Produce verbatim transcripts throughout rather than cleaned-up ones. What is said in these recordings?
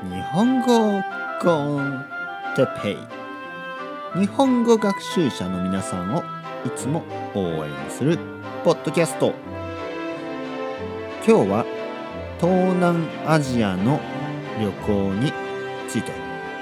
日本語コンテペイ。日本語学習者の皆さんをいつも応援するポッドキャスト。今日は東南アジアの旅行について。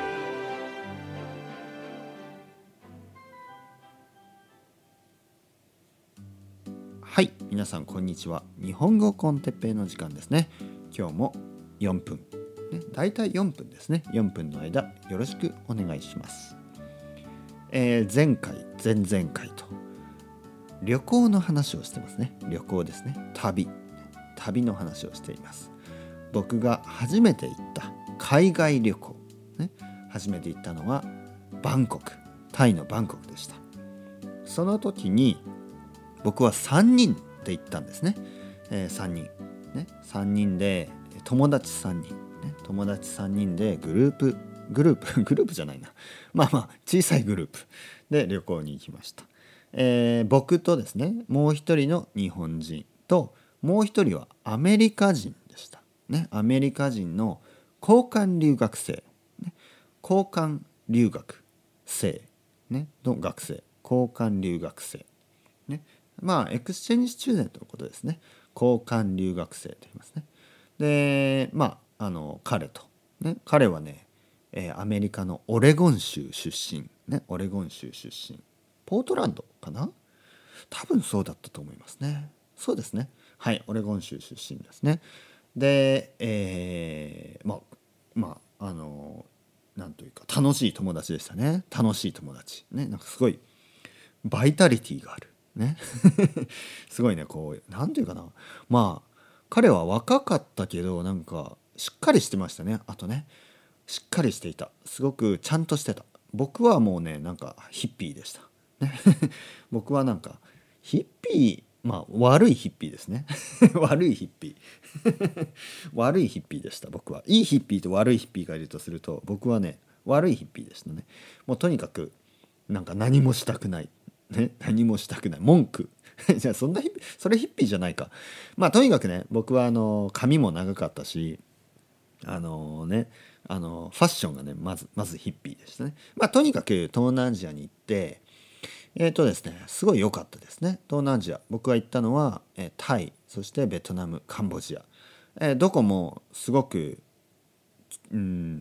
はい、皆さんこんにちは。日本語コンテッペイの時間ですね。今日もよんぷん、ね、だいたいよんぷんですね。よんぷんの間よろしくお願いします。えー、前回前々回と旅行の話をしてますね。旅行ですね。旅旅の話をしています。僕が初めて行った海外旅行、ね、初めて行ったのはバンコク、タイのバンコクでした。その時に僕はさんにんで行ったんですね。えー、さんにん、ね、さんにんで友達さんにん、ね、友達さんにんでグループグループグループじゃないな、まあまあ小さいグループで旅行に行きました。えー、僕とですね、もう一人の日本人ともう一人はアメリカ人でした。ね、アメリカ人の交換留学生、ね、交換留学生、ね、の学生、交換留学生、ね、まあエクスチェンジスチューデントのことですね。交換留学生と言いますね。で、まああの彼とね、彼はね、えー、アメリカのオレゴン州出身、ね、オレゴン州出身、ポートランドかな、多分そうだったと思いますね。そうですね。はい、オレゴン州出身ですね。で、えー、まあまああのなんというか楽しい友達でしたね。楽しい友達ね、なんかすごいバイタリティがあるねすごいね、こうなんていうかな、まあ彼は若かったけどなんかしっかりしてましたね。あとね、しっかりしていた、すごくちゃんとしてた。僕はもうね、なんかヒッピーでしたね僕はなんかヒッピー、まあ悪いヒッピーですね悪いヒッピー悪いヒッピーでした。僕はいいヒッピーと悪いヒッピーがいるとすると、僕はね悪いヒッピーでしたね。もうとにかくなんか何もしたくない、ね、何もしたくない文句じゃあそんなヒッピー、それヒッピーじゃないか。まあとにかくね、僕はあの髪も長かったし、あのね、あのファッションがね、まずまずヒッピーでしたね。まあとにかく東南アジアに行って、えーとですね、すごい良かったですね。東南アジア、僕が行ったのは、えー、タイ、そしてベトナム、カンボジア、えーどこもすごく、うん、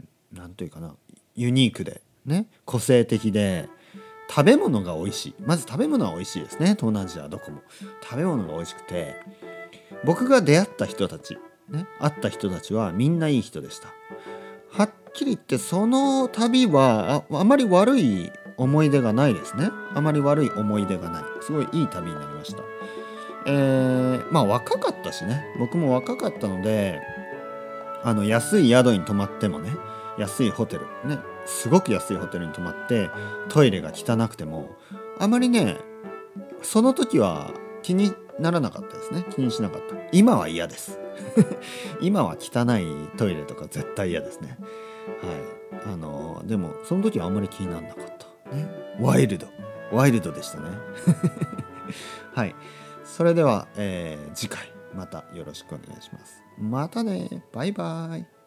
なんというかな、ユニークでね、個性的で、食べ物が美味しい。まず食べ物は美味しいですね。東南アジアはどこも食べ物が美味しくて、僕が出会った人たち、ね、会った人たちはみんないい人でした。はっきり言ってその旅は あ, あまり悪い思い出がないですね。あまり悪い思い出がない。すごいいい旅になりました。えー、まあ若かったしね。僕も若かったので、あの安い宿に泊まってもね、安いホテルね、すごく安いホテルに泊まってトイレが汚くてもあまりね、その時は気にならなかったですね。気にしなかった。今は嫌です今は汚いトイレとか絶対嫌ですね。はい。あのでもその時はあんまり気にならなかったね。ワイルドワイルドでしたねはい。それでは、えー次回またよろしくお願いします。またね。バイバイ。